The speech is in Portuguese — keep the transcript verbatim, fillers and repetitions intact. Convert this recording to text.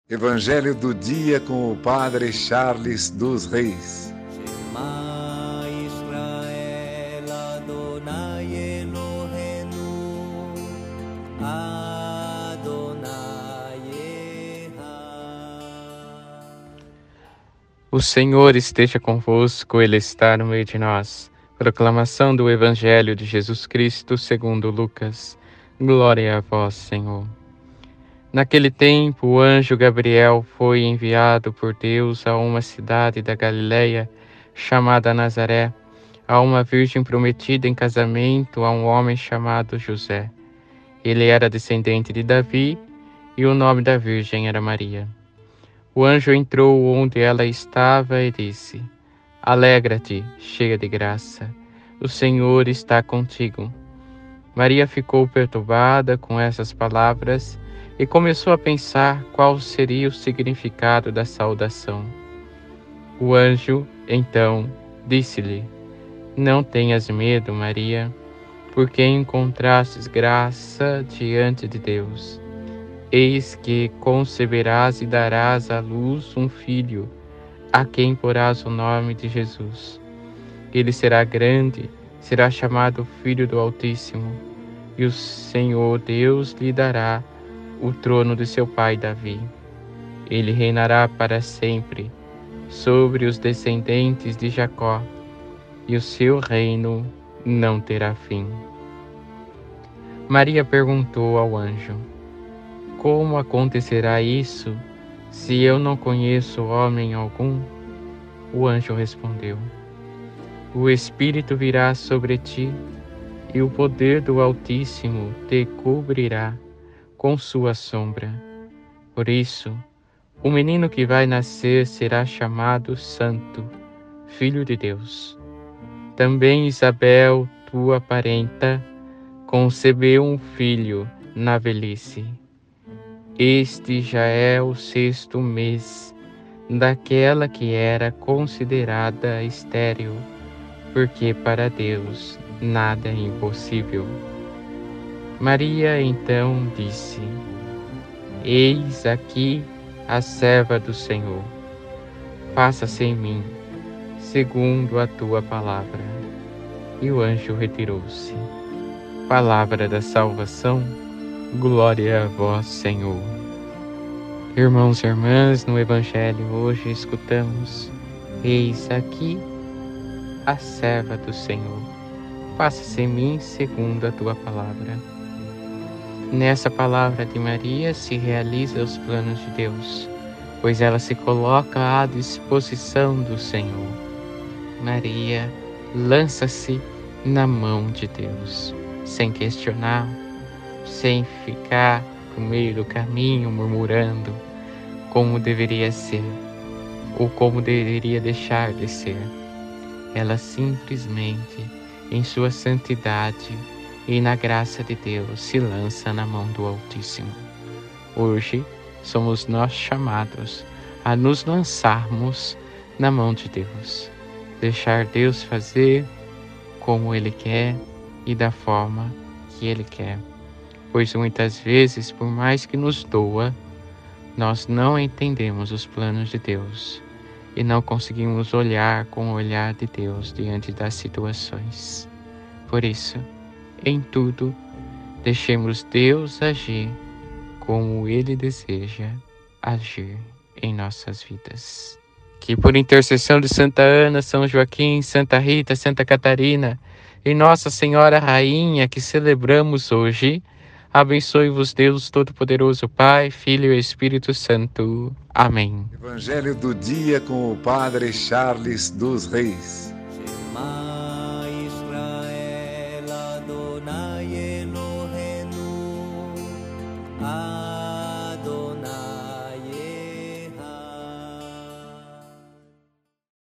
Evangelho do dia com o Padre Charles dos Reis. Shema Israel Adonai Eloheinu Adonai Echad. O Senhor esteja convosco, Ele está no meio de nós. Proclamação do Evangelho de Jesus Cristo segundo Lucas. Glória a vós, Senhor. Naquele tempo, o anjo Gabriel foi enviado por Deus a uma cidade da Galileia, chamada Nazaré, a uma virgem prometida em casamento a um homem chamado José. Ele era descendente de Davi e o nome da virgem era Maria. O anjo entrou onde ela estava e disse: Alegra-te, cheia de graça, o Senhor está contigo. Maria ficou perturbada com essas palavras e começou a pensar qual seria o significado da saudação. O anjo, então, disse-lhe: Não tenhas medo, Maria, porque encontrastes graça diante de Deus. Eis que conceberás e darás à luz um filho, a quem porás o nome de Jesus. Ele será grande, será chamado Filho do Altíssimo, e o Senhor Deus lhe dará o trono de seu pai Davi. Ele reinará para sempre sobre os descendentes de Jacó, e o seu reino não terá fim. Maria perguntou ao anjo: Como acontecerá isso, se eu não conheço homem algum? O anjo respondeu: O Espírito virá sobre ti, e o poder do Altíssimo te cobrirá com sua sombra. Por isso, o menino que vai nascer será chamado Santo, Filho de Deus. Também Isabel, tua parenta, concebeu um filho na velhice. Este já é o sexto mês daquela que era considerada estéril, porque para Deus nada é impossível. Maria então disse: Eis aqui a serva do Senhor. Faça-se em mim, segundo a tua palavra. E o anjo retirou-se. Palavra da salvação, glória a vós, Senhor. Irmãos e irmãs, no Evangelho hoje escutamos: Eis aqui a serva do Senhor. Faça-se em mim, segundo a tua palavra. Nessa palavra de Maria se realiza os planos de Deus, pois ela se coloca à disposição do Senhor. Maria lança-se na mão de Deus, sem questionar, sem ficar no meio do caminho murmurando como deveria ser ou como deveria deixar de ser. Ela simplesmente, em sua santidade e na graça de Deus, se lança na mão do Altíssimo. Hoje somos nós chamados a nos lançarmos na mão de Deus, deixar Deus fazer como Ele quer e da forma que Ele quer, pois muitas vezes, por mais que nos doa, nós não entendemos os planos de Deus e não conseguimos olhar com o olhar de Deus diante das situações. Por isso, em tudo, deixemos Deus agir como Ele deseja agir em nossas vidas. Que por intercessão de Santa Ana, São Joaquim, Santa Rita, Santa Catarina e Nossa Senhora Rainha que celebramos hoje, abençoe-vos Deus Todo-Poderoso, Pai, Filho e Espírito Santo. Amém. Evangelho do dia com o Padre Charles dos Reis.